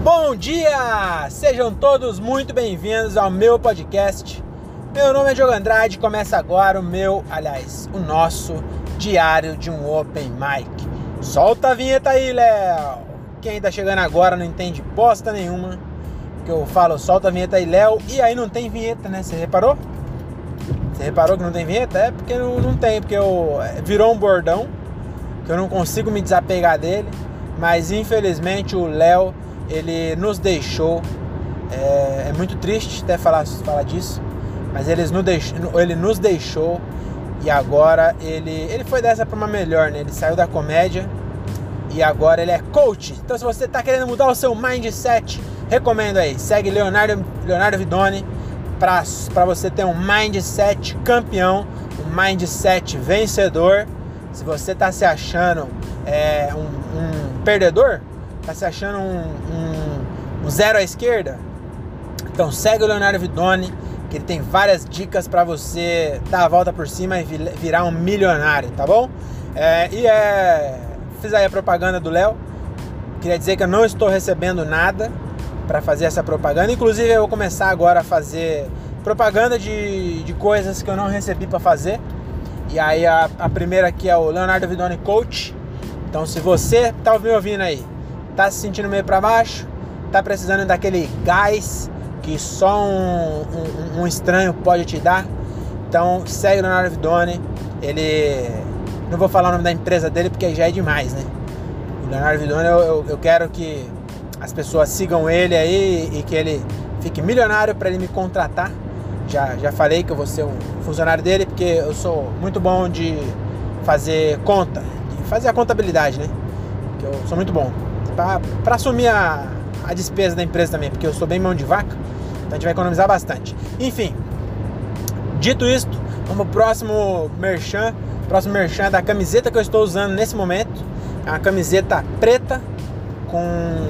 Bom dia! Sejam todos muito bem-vindos ao meu podcast. Meu nome é Diogo Andrade, começa agora o nosso diário de um Open Mic. Solta a vinheta aí, Léo! Quem tá chegando agora não entende bosta nenhuma, que eu falo solta a vinheta aí, Léo, e aí não tem vinheta, né? Você reparou? Você reparou que não tem vinheta? É porque não tem, porque virou um bordão, que eu não consigo me desapegar dele, mas infelizmente o Léo, ele nos deixou. É muito triste até falar disso, mas ele nos deixou e agora ele foi dessa para uma melhor, né? Ele saiu da comédia e agora ele é coach. Então se você tá querendo mudar o seu mindset, recomendo aí, segue Leonardo Vidoni para você ter um mindset campeão, um mindset vencedor. Se você tá se achando um perdedor, tá se achando um zero à esquerda, então segue o Leonardo Vidoni, que ele tem várias dicas para você dar a volta por cima e virar um milionário, tá bom? Fiz aí a propaganda do Léo. Queria dizer que eu não estou recebendo nada para fazer essa propaganda. Inclusive eu vou começar agora a fazer propaganda de coisas que eu não recebi para fazer. E aí a primeira aqui é o Leonardo Vidoni Coach. Então se você tá me ouvindo aí, tá se sentindo meio para baixo, tá precisando daquele gás que só um estranho pode te dar, então segue o Leonardo Vidoni. Ele, não vou falar o nome da empresa dele porque já é demais, né? O Leonardo Vidoni, eu quero que as pessoas sigam ele aí e que ele fique milionário para ele me contratar. Já falei que eu vou ser um funcionário dele, porque eu sou muito bom de fazer conta, de fazer a contabilidade, né? Que eu sou muito bom para assumir a despesa da empresa também, porque eu sou bem mão de vaca, então a gente vai economizar bastante. Enfim, dito isto, vamos pro próximo merchan. O próximo merchan é da camiseta que eu estou usando nesse momento. É uma camiseta preta com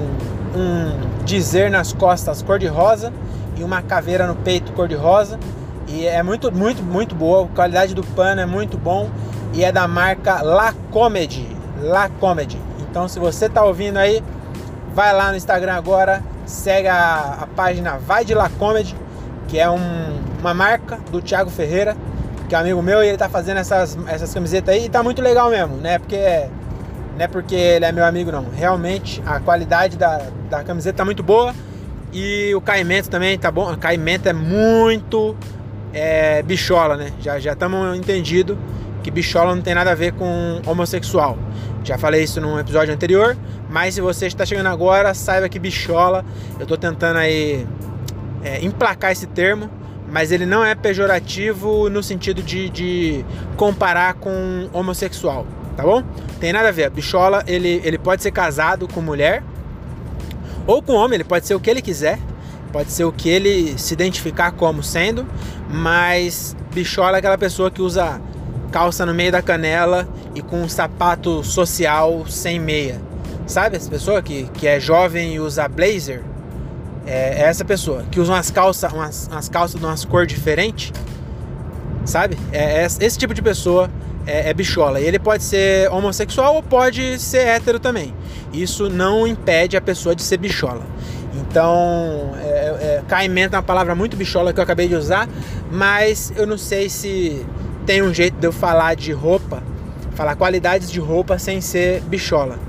um dizer nas costas cor-de-rosa e uma caveira no peito cor-de-rosa, e é muito, muito, muito boa. A qualidade do pano é muito bom e é da marca La Comedy. Então se você tá ouvindo aí, vai lá no Instagram agora, segue a página Vai de La Comedy, que é uma marca do Thiago Ferreira, que é amigo meu, e ele tá fazendo essas camisetas aí, e tá muito legal mesmo, né? Não é porque ele é meu amigo, não. Realmente a qualidade da camiseta tá muito boa e o caimento também tá bom. O caimento é muito bichola, né? Já estamos entendido que bichola não tem nada a ver com homossexual. Já falei isso num episódio anterior, mas se você está chegando agora, saiba que bichola, eu tô tentando aí emplacar esse termo, mas ele não é pejorativo no sentido de comparar com homossexual, tá bom? Tem nada a ver. Bichola, ele pode ser casado com mulher ou com homem, ele pode ser o que ele quiser, pode ser o que ele se identificar como sendo, mas bichola é aquela pessoa que usa calça no meio da canela e com um sapato social sem meia. Sabe essa pessoa que é jovem e usa blazer? É essa pessoa que usa umas calças de umas cores diferentes. Sabe? Esse tipo de pessoa é bichola. E ele pode ser homossexual ou pode ser hétero também. Isso não impede a pessoa de ser bichola. Então, caimento é uma palavra muito bichola que eu acabei de usar, mas eu não sei se tem um jeito de eu falar de roupa, falar qualidades de roupa sem ser bichola.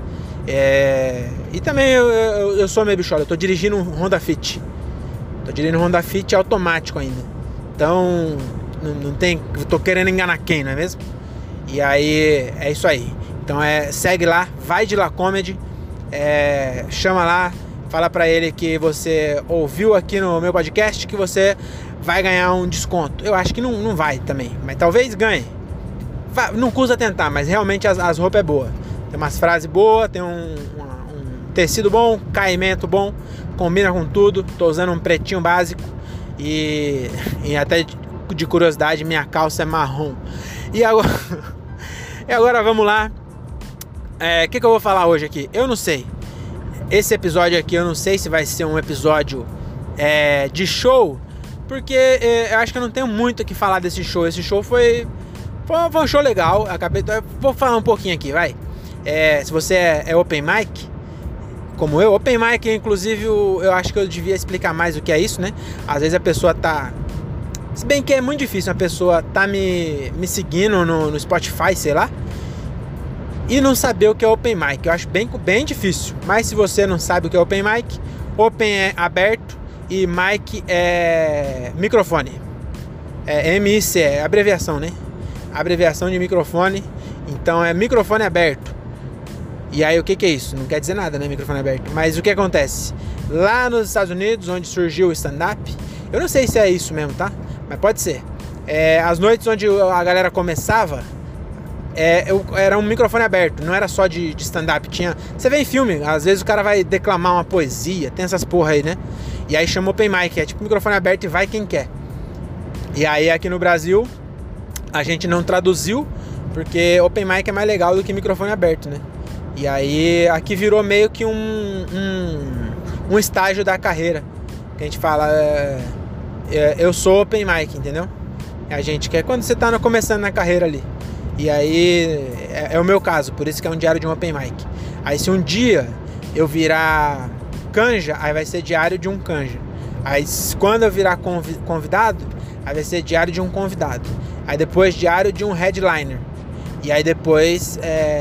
E também eu sou meio bichola. Eu tô dirigindo um Honda Fit. Tô dirigindo um Honda Fit automático ainda. Então, não tem... Tô querendo enganar quem, não é mesmo? E aí, é isso aí. Então, segue lá, Vai de La Comedy. Chama lá, fala pra ele que você ouviu aqui no meu podcast, que você vai ganhar um desconto. Eu acho que não vai também, mas talvez ganhe. Não custa tentar, mas realmente as roupas é boa. Tem umas frases boas, tem um tecido bom, caimento bom, combina com tudo. Tô usando um pretinho básico e até de curiosidade, minha calça é marrom. E agora vamos lá. O que eu vou falar hoje aqui? Eu não sei. Esse episódio aqui eu não sei se vai ser um episódio de show, porque eu acho que eu não tenho muito o que falar desse show. Esse show foi um show legal. Vou falar um pouquinho aqui, vai. Se você é open mic, como eu. Open Mic, inclusive, eu acho que eu devia explicar mais o que é isso, né? Às vezes a pessoa tá... Se bem que é muito difícil, a pessoa tá me seguindo no Spotify, sei lá, e não saber o que é Open Mic. Eu acho bem difícil. Mas se você não sabe o que é Open Mic, Open é aberto e Mic é microfone. É MIC, é abreviação, né? Abreviação de microfone. Então é microfone aberto. E aí o que é isso? Não quer dizer nada, né? Microfone aberto. Mas o que acontece? Lá nos Estados Unidos, onde surgiu o stand-up, eu não sei se é isso mesmo, tá? Mas pode ser. As noites onde a galera começava, era um microfone aberto, não era só de stand-up. Você vê em filme, às vezes o cara vai declamar uma poesia, tem essas porra aí, né? E aí chama Open Mic, é tipo microfone aberto e vai quem quer. E aí aqui no Brasil, a gente não traduziu, porque Open Mic é mais legal do que microfone aberto, né? E aí aqui virou meio que um estágio da carreira, que a gente fala... eu sou Open Mic, entendeu? A gente quer quando você tá começando na carreira ali. E aí é o meu caso, por isso que é um diário de um Open Mic. Aí se um dia eu virar canja, aí vai ser diário de um canja. Aí quando eu virar convidado, aí vai ser diário de um convidado. Aí depois diário de um headliner. E aí depois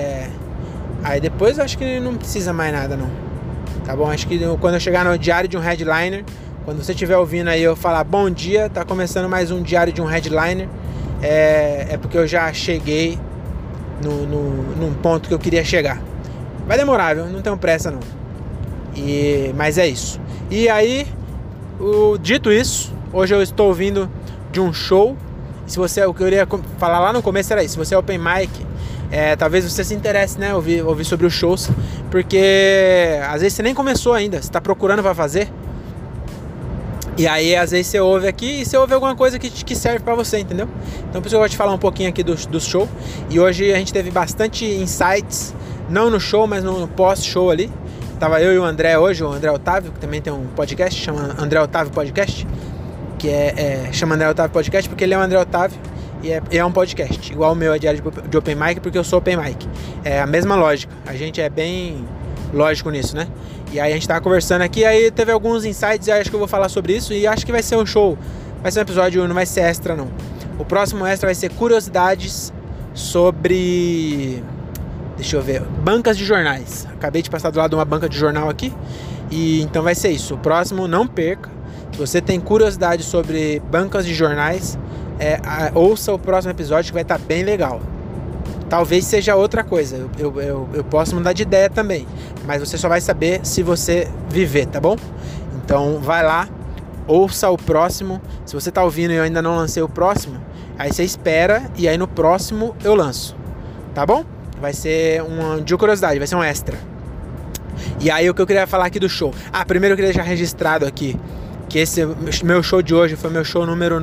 eu acho que não precisa mais nada não. Tá bom? Acho que quando eu chegar no diário de um headliner, quando você estiver ouvindo aí eu falar bom dia, tá começando mais um diário de um headliner, é porque eu já cheguei num ponto que eu queria chegar. Vai demorar, viu? Não tenho pressa não. Mas é isso. E aí, dito isso, hoje eu estou vindo de um show. O que eu queria falar lá no começo era isso. Se você é Open Mic, talvez você se interesse, né? Ouvir sobre os shows. Porque às vezes você nem começou ainda, você está procurando para fazer. E aí, às vezes, você ouve aqui e você ouve alguma coisa que serve pra você, entendeu? Então, por isso eu vou te falar um pouquinho aqui do show. E hoje a gente teve bastante insights, não no show, mas no pós-show ali. Tava eu e o André hoje, o André Otávio, que também tem um podcast, chama André Otávio Podcast. Que chama André Otávio Podcast porque ele é o André Otávio e é um podcast. Igual o meu é diário de Open Mic, porque eu sou Open Mic. É a mesma lógica. A gente é bem lógico nisso, né? E aí a gente tava conversando aqui, aí teve alguns insights e acho que eu vou falar sobre isso. E acho que vai ser um show, vai ser um episódio, não vai ser extra não. O próximo extra vai ser curiosidades sobre... Deixa eu ver, bancas de jornais. Acabei de passar do lado de uma banca de jornal aqui. E então vai ser isso, o próximo não perca. Se você tem curiosidade sobre bancas de jornais, ouça o próximo episódio que vai estar bem legal. Talvez seja outra coisa, eu posso mudar de ideia também, mas você só vai saber se você viver, tá bom? Então vai lá, ouça o próximo. Se você tá ouvindo e eu ainda não lancei o próximo, aí você espera e aí no próximo eu lanço, tá bom? Vai ser de curiosidade, vai ser um extra. E aí o que eu queria falar aqui do show. Primeiro eu queria deixar registrado aqui que esse meu show de hoje foi meu show número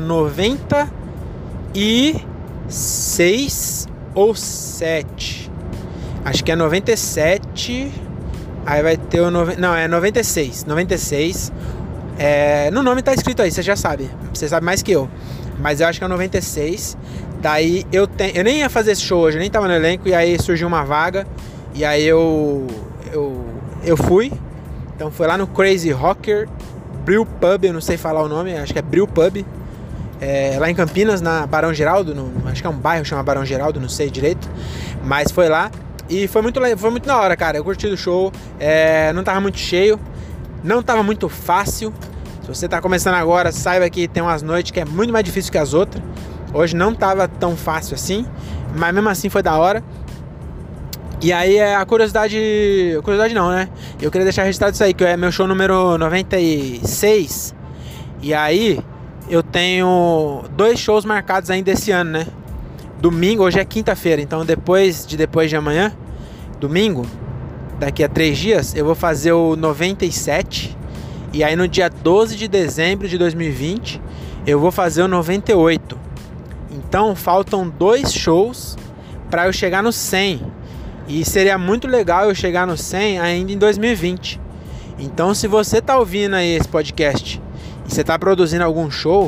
96 ou 7. Acho que é 97. Aí vai ter o... Não, é 96. 96. No nome tá escrito aí, você já sabe. Você sabe mais que eu. Mas eu acho que é 96. Daí eu nem ia fazer esse show hoje, eu nem tava no elenco. E aí surgiu uma vaga. E aí eu fui. Então foi lá no Crazy Rocker Brew Pub, eu não sei falar o nome, acho que é Brew Pub. Lá em Campinas, na Barão Geraldo, acho que é um bairro que chama Barão Geraldo, não sei direito, mas foi lá e foi muito da hora, cara. Eu curti do show, não tava muito cheio, não tava muito fácil. Se você tá começando agora, saiba que tem umas noites que é muito mais difícil que as outras. Hoje não tava tão fácil assim, mas mesmo assim foi da hora. E aí a curiosidade não, né? Eu queria deixar registrado isso aí, que é meu show número 96. E aí eu tenho 2 shows marcados ainda esse ano, né? Domingo, hoje é quinta-feira, então depois de amanhã, domingo, daqui a 3 dias, eu vou fazer o 97. E aí no dia 12 de dezembro de 2020, eu vou fazer o 98. Então faltam 2 shows para eu chegar no 100. E seria muito legal eu chegar no 100 ainda em 2020. Então se você tá ouvindo aí esse podcast e você tá produzindo algum show,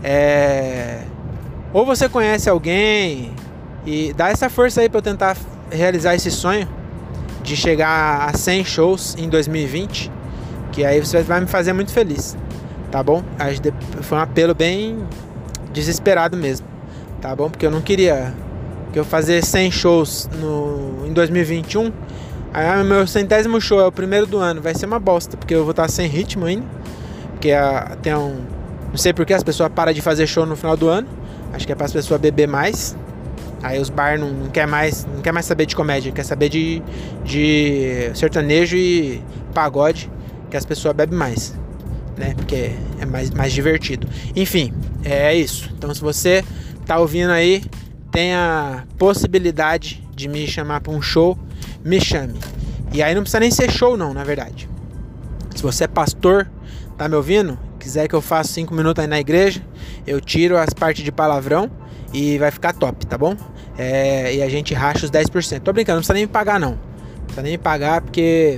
ou você conhece alguém, e dá essa força aí pra eu tentar realizar esse sonho. de chegar a 100 shows em 2020, que aí você vai me fazer muito feliz, tá bom? Foi um apelo bem desesperado mesmo, tá bom? Porque eu não queria que eu fazer 100 shows em 2021, aí meu 100º show é o primeiro do ano, vai ser uma bosta, porque eu vou estar sem ritmo ainda, porque não sei porque as pessoas param de fazer show no final do ano, acho que é para as pessoas beber mais. Aí os bar não quer mais saber de comédia, quer saber de sertanejo e pagode, que as pessoas bebem mais, né? Porque é mais divertido. Enfim, é isso. Então se você tá ouvindo aí, tem a possibilidade de me chamar para um show, me chame. E aí não precisa nem ser show não, na verdade. Se você é pastor, tá me ouvindo? Quiser que eu faça 5 minutos aí na igreja, eu tiro as partes de palavrão e vai ficar top, tá bom? E a gente racha os 10%. Tô brincando, não precisa nem me pagar não. Não precisa nem me pagar porque...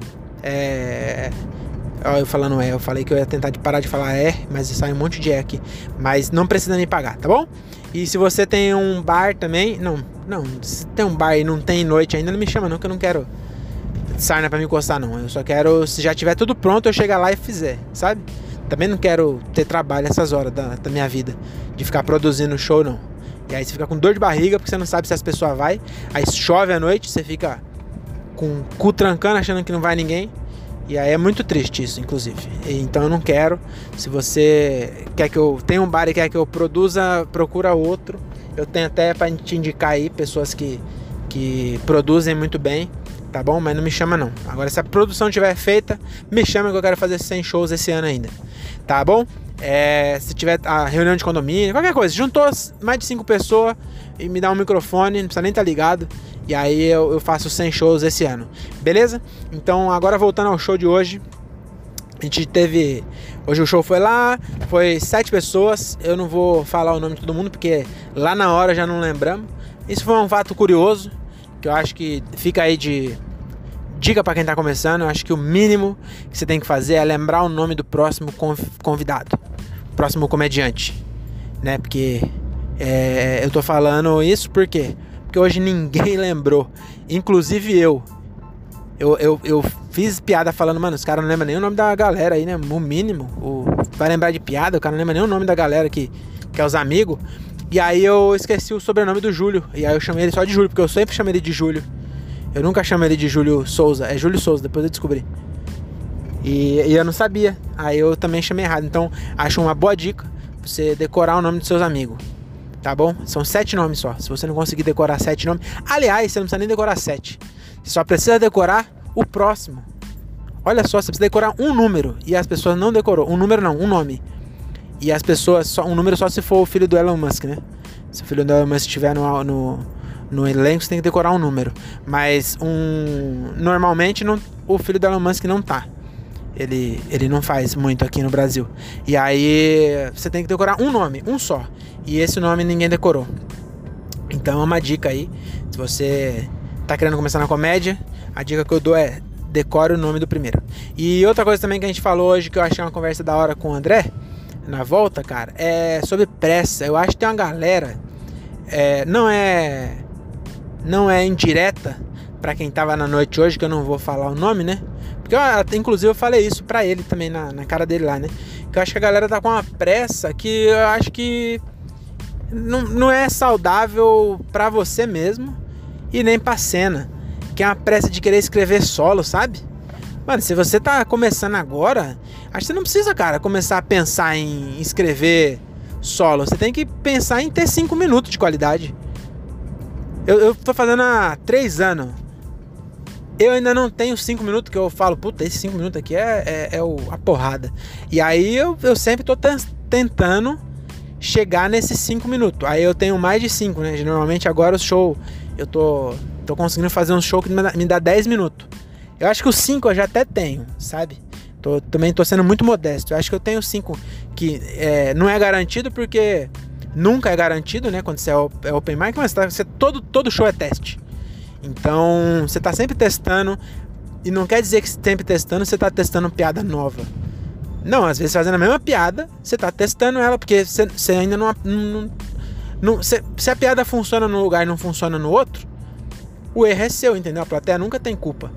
eu falei que eu ia tentar parar de falar mas sai um monte de aqui. Mas não precisa me pagar, tá bom? E se você tem um bar também... Não, se tem um bar e não tem noite ainda, não me chama não, que eu não quero sarna pra me encostar não. Eu só quero, se já tiver tudo pronto, eu chegar lá e fizer, sabe? Também não quero ter trabalho essas horas da minha vida, de ficar produzindo show não. E aí você fica com dor de barriga, porque você não sabe se as pessoas vão. Aí chove à noite, você fica com o cu trancando, achando que não vai ninguém. E aí é muito triste isso, inclusive. Então eu não quero. Se você quer que eu tenha um bar e quer que eu produza, procura outro. Eu tenho até pra te indicar aí pessoas que produzem muito bem, tá bom? Mas não me chama não. Agora se a produção estiver feita, me chama que eu quero fazer 100 shows esse ano ainda, tá bom? Se tiver a reunião de condomínio, qualquer coisa, juntou mais de 5 pessoas e me dá um microfone, não precisa nem estar ligado. E aí eu faço 100 shows esse ano, beleza? Então agora voltando ao show de hoje, a gente teve... Hoje o show foi lá, foi 7 pessoas. Eu não vou falar o nome de todo mundo, porque lá na hora já não lembramos. Isso foi um fato curioso, que eu acho que fica aí de dica pra quem tá começando. Eu acho que o mínimo que você tem que fazer é lembrar o nome do próximo convidado, próximo comediante, né? Porque eu tô falando isso porque hoje ninguém lembrou, inclusive eu fiz piada falando, mano, os caras não lembram nem o nome da galera aí, né? O mínimo, vai lembrar de piada, o cara não lembra nem o nome da galera que é os amigos. E aí eu esqueci o sobrenome do Júlio, e aí eu chamei ele só de Júlio, porque eu sempre chamei ele de Júlio. Eu nunca chamo ele de Júlio Souza, é Júlio Souza, depois eu descobri. E eu não sabia, aí eu também chamei errado. Então acho uma boa dica pra você decorar o nome dos seus amigos, tá bom? São 7 nomes só. Se você não conseguir decorar 7 nomes... Aliás, você não precisa nem decorar 7. Você só precisa decorar o próximo. Olha só, você precisa decorar um número e as pessoas não decorou. Um número não, um nome. E as pessoas... um número só se for o filho do Elon Musk, né? Se o filho do Elon Musk estiver no elenco, você tem que decorar um número. Mas normalmente o filho do Elon Musk não tá. Ele não faz muito aqui no Brasil. E aí você tem que decorar um nome, um só. E esse nome ninguém decorou. Então é uma dica aí. Se você tá querendo começar na comédia, a dica que eu dou é decore o nome do primeiro. E outra coisa também que a gente falou hoje, que eu achei uma conversa da hora com o André, na volta, cara, é sobre pressa. Eu acho que tem uma galera, não é indireta pra quem tava na noite hoje, que eu não vou falar o nome, né? Porque inclusive eu falei isso pra ele também, na cara dele lá, né? Que eu acho que a galera tá com uma pressa que eu acho que não é saudável pra você mesmo e nem pra cena. Que é uma pressa de querer escrever solo, sabe? Mano, se você tá começando agora, acho que você não precisa, cara, começar a pensar em escrever solo. Você tem que pensar em ter 5 minutos de qualidade. Eu tô fazendo há 3 anos. Eu ainda não tenho 5 minutos que eu falo, puta, esses 5 minutos aqui é a porrada. E aí eu sempre tô tentando chegar nesses 5 minutos. Aí eu tenho mais de 5, né? Normalmente agora o show, eu tô conseguindo fazer um show que me dá 10 minutos. Eu acho que os 5 eu já até tenho, sabe? Também tô sendo muito modesto. Eu acho que eu tenho 5 que não é garantido, porque nunca é garantido, né? Quando você é open mic, mas todo show é teste. Então, você tá sempre testando. E não quer dizer que sempre testando, você tá testando piada nova. Não, às vezes fazendo a mesma piada, você tá testando ela, porque você ainda se a piada funciona num lugar e não funciona no outro, o erro é seu, entendeu? A plateia nunca tem culpa.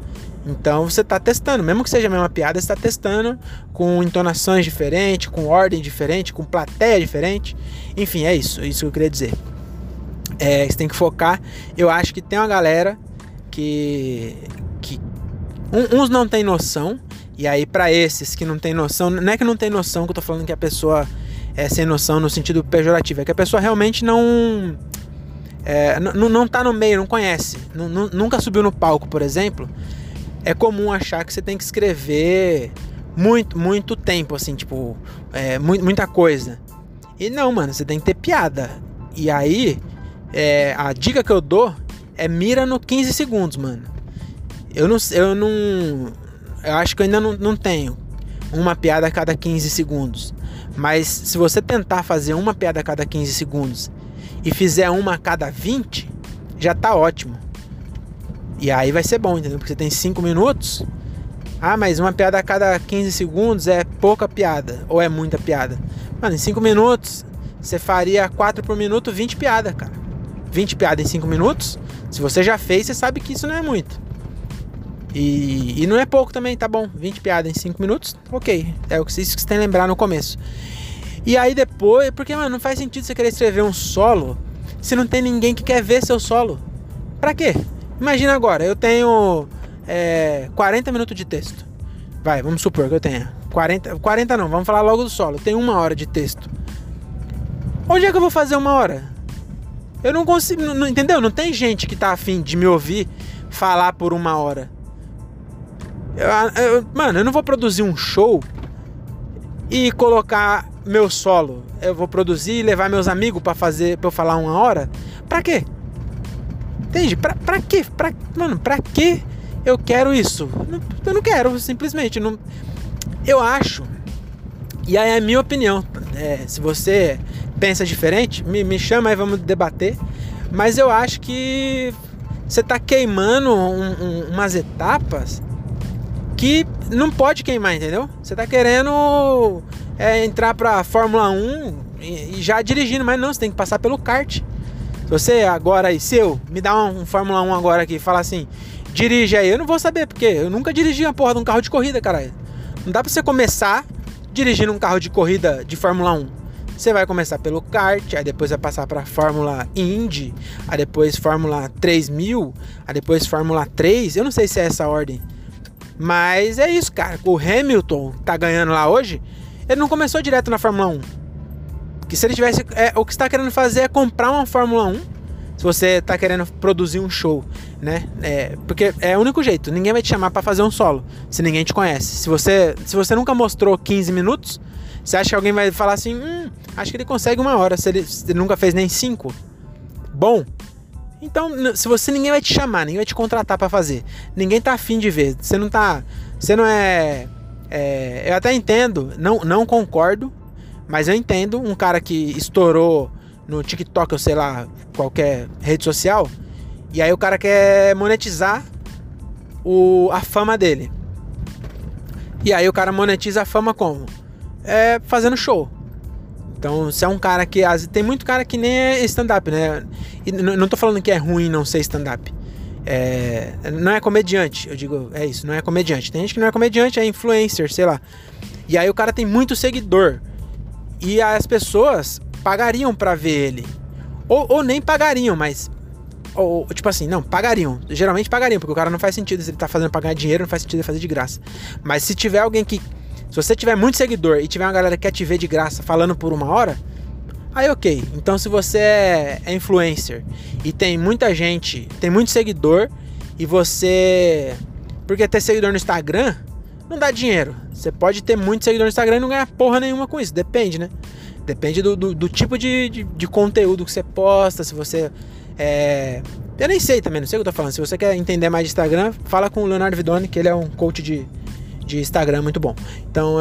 Então você tá testando, mesmo que seja a mesma piada, você tá testando com entonações diferentes, com ordem diferente, com plateia diferente. Enfim, é isso que eu queria dizer. Você tem que focar. Eu acho que tem uma galera que uns não tem noção. E aí pra esses que não tem noção, não é que não tem noção que eu tô falando que a pessoa é sem noção no sentido pejorativo, é que a pessoa realmente não tá no meio, não conhece, nunca subiu no palco, por exemplo. É comum achar que você tem que escrever muito tempo, assim, tipo, muita coisa. E não, mano, você tem que ter piada. E aí, a dica que eu dou é mira no 15 segundos, mano. Eu acho que eu ainda não tenho uma piada a cada 15 segundos. Mas se você tentar fazer uma piada a cada 15 segundos e fizer uma a cada 20, já tá ótimo. E aí vai ser bom, entendeu? Porque você tem 5 minutos. Ah, mas uma piada a cada 15 segundos é pouca piada ou é muita piada? Mano, em 5 minutos você faria 4 por minuto, 20 piadas, cara. 20 piadas em 5 minutos. Se você já fez, você sabe que isso não é muito. E não é pouco também, tá bom. 20 piadas em 5 minutos, ok. É isso que você tem que lembrar no começo. E aí depois, porque, mano, não faz sentido você querer escrever um solo se não tem ninguém que quer ver seu solo. Pra quê? Imagina agora, eu tenho 40 minutos de texto. Vai, vamos supor que eu tenha 40 não, vamos falar logo do solo. Eu tenho 1 hora de texto. Onde é que eu vou fazer 1 hora? Eu não consigo, entendeu? Não tem gente que tá afim de me ouvir falar por 1 hora. Mano, eu não vou produzir um show e colocar meu solo. Eu vou produzir e levar meus amigos pra eu falar 1 hora. Pra quê? Entende? Pra quê? Mano, pra quê eu quero isso? Eu não quero, simplesmente. Não, eu acho. E aí é a minha opinião. Se você pensa diferente, me chama aí, vamos debater. Mas eu acho que você tá queimando umas etapas que não pode queimar, entendeu? Você tá querendo entrar pra Fórmula 1 e já dirigindo, mas não, você tem que passar pelo kart. Se você agora aí, me dá um Fórmula 1 agora aqui, fala assim, dirige aí, eu não vou saber, porque eu nunca dirigi uma porra de um carro de corrida, caralho. Não dá pra você começar dirigindo um carro de corrida de Fórmula 1. Você vai começar pelo kart, aí depois vai passar pra Fórmula Indy, aí depois Fórmula 3000, aí depois Fórmula 3, eu não sei se é essa ordem. Mas é isso, cara. O Hamilton tá ganhando lá hoje, ele não começou direto na Fórmula 1. Porque se ele tivesse... o que você tá querendo fazer é comprar uma Fórmula 1. Se você tá querendo produzir um show, né? Porque é o único jeito. Ninguém vai te chamar pra fazer um solo se ninguém te conhece. Se você nunca mostrou 15 minutos, você acha que alguém vai falar assim, acho que ele consegue 1 hora, se ele nunca fez nem 5. Bom, então, se ninguém vai te chamar, ninguém vai te contratar pra fazer. Ninguém tá afim de ver. Você não é... eu até entendo, não concordo, mas eu entendo um cara que estourou no TikTok, ou sei lá, qualquer rede social, e aí o cara quer monetizar a fama dele. E aí o cara monetiza a fama como? Fazendo show. Então, se é um cara que... Tem muito cara que nem é stand-up, né? E não tô falando que é ruim não ser stand-up. Não é comediante, eu digo, é isso, não é comediante. Tem gente que não é comediante, é influencer, sei lá. E aí o cara tem muito seguidor. E as pessoas pagariam pra ver ele. Ou nem pagariam, mas... tipo assim, não, pagariam. Geralmente pagariam, porque o cara não faz sentido. Se ele tá fazendo pra ganhar dinheiro, não faz sentido ele fazer de graça. Mas se tiver alguém que... Se você tiver muito seguidor e tiver uma galera que quer te ver de graça falando por 1 hora, aí ok. Então se você é influencer e tem muita gente, tem muito seguidor, e você... Porque ter seguidor no Instagram não dá dinheiro. Você pode ter muito seguidor no Instagram e não ganhar porra nenhuma com isso. Depende, né? Depende do tipo de conteúdo que você posta. Se você... Eu nem sei também, não sei o que eu tô falando. Se você quer entender mais de Instagram, fala com o Leonardo Vidoni, que ele é um coach de Instagram muito bom. Então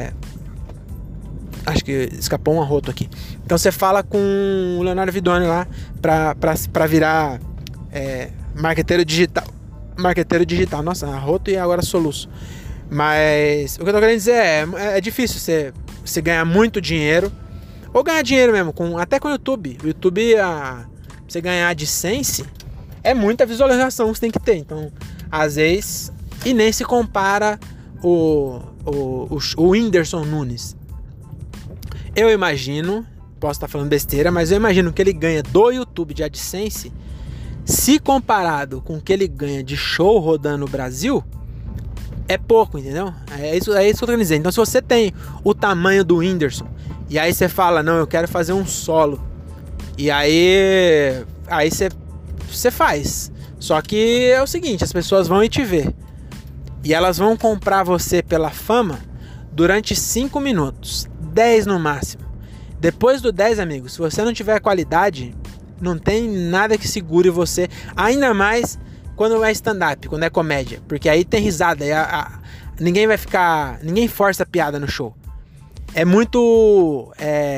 acho que escapou um arroto aqui. Então você fala com o Leonardo Vidoni lá pra virar marqueteiro digital. Marqueteiro digital. Nossa, arroto e agora soluço. Mas o que eu tô querendo dizer é difícil você ganhar muito dinheiro. Ou ganhar dinheiro mesmo, até com o YouTube. O YouTube, você ganhar AdSense, é muita visualização que você tem que ter. Então, às vezes, E nem se compara o Whindersson Nunes. Eu imagino, posso estar falando besteira, mas eu imagino que ele ganha do YouTube de AdSense, se comparado com o que ele ganha de show rodando no Brasil, é pouco, entendeu? É isso que eu tô querendo dizer. Então, se você tem o tamanho do Whindersson, e aí você fala, não, eu quero fazer um solo, e aí você faz. Só que é o seguinte, as pessoas vão te ver, e elas vão comprar você pela fama durante 5 minutos, 10 no máximo. Depois do 10, amigos, se você não tiver qualidade, não tem nada que segure você, ainda mais quando é stand-up, quando é comédia, porque aí tem risada, ninguém vai ficar, ninguém força a piada no show. É muito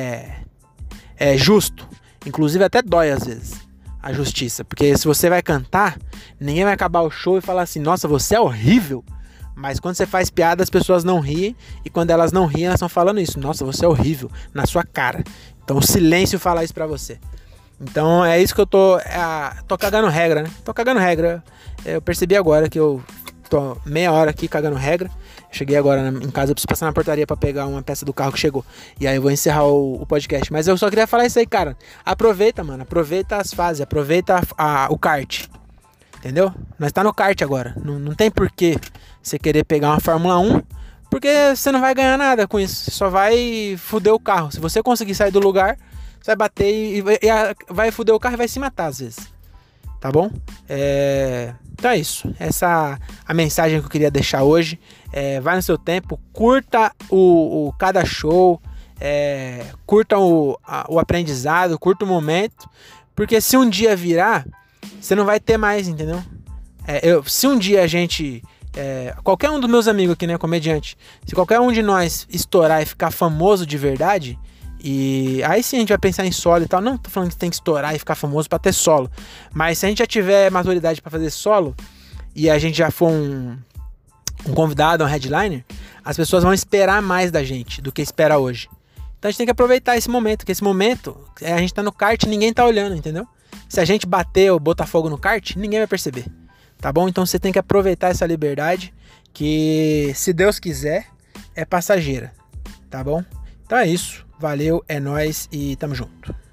justo, inclusive até dói às vezes a justiça, porque se você vai cantar, ninguém vai acabar o show e falar assim, nossa, você é horrível. Mas quando você faz piada, as pessoas não riem, e quando elas não riem, elas estão falando isso, nossa, você é horrível, na sua cara. Então o silêncio fala isso pra você. Então é isso que eu tô cagando regra, né? Tô cagando regra. Eu percebi agora que eu tô meia hora aqui cagando regra. Cheguei agora em casa, eu preciso passar na portaria pra pegar uma peça do carro que chegou. E aí eu vou encerrar o podcast. Mas eu só queria falar isso aí, cara. Aproveita, mano. Aproveita as fases, aproveita o kart. Entendeu? Nós tá no kart agora. Não tem porquê você querer pegar uma Fórmula 1, porque você não vai ganhar nada com isso. Você só vai foder o carro. Se você conseguir sair do lugar, você vai bater e vai foder o carro e vai se matar às vezes. Tá bom? Então é isso. Essa é a mensagem que eu queria deixar hoje. Vai no seu tempo, curta cada show, curta o aprendizado, curta o momento, porque se um dia virar, você não vai ter mais, entendeu? Se um dia a gente... qualquer um dos meus amigos aqui, né, comediante, se qualquer um de nós estourar e ficar famoso de verdade, e aí sim a gente vai pensar em solo e tal. Não tô falando que tem que estourar e ficar famoso pra ter solo, mas se a gente já tiver maturidade pra fazer solo, e a gente já for um convidado, um headliner, as pessoas vão esperar mais da gente do que espera hoje. Então a gente tem que aproveitar esse momento, porque esse momento a gente tá no kart e ninguém tá olhando, entendeu? Se a gente bater ou botar fogo no kart, ninguém vai perceber, tá bom? Então você tem que aproveitar essa liberdade, que se Deus quiser, é passageira, tá bom? Então é isso, valeu, é nóis e tamo junto.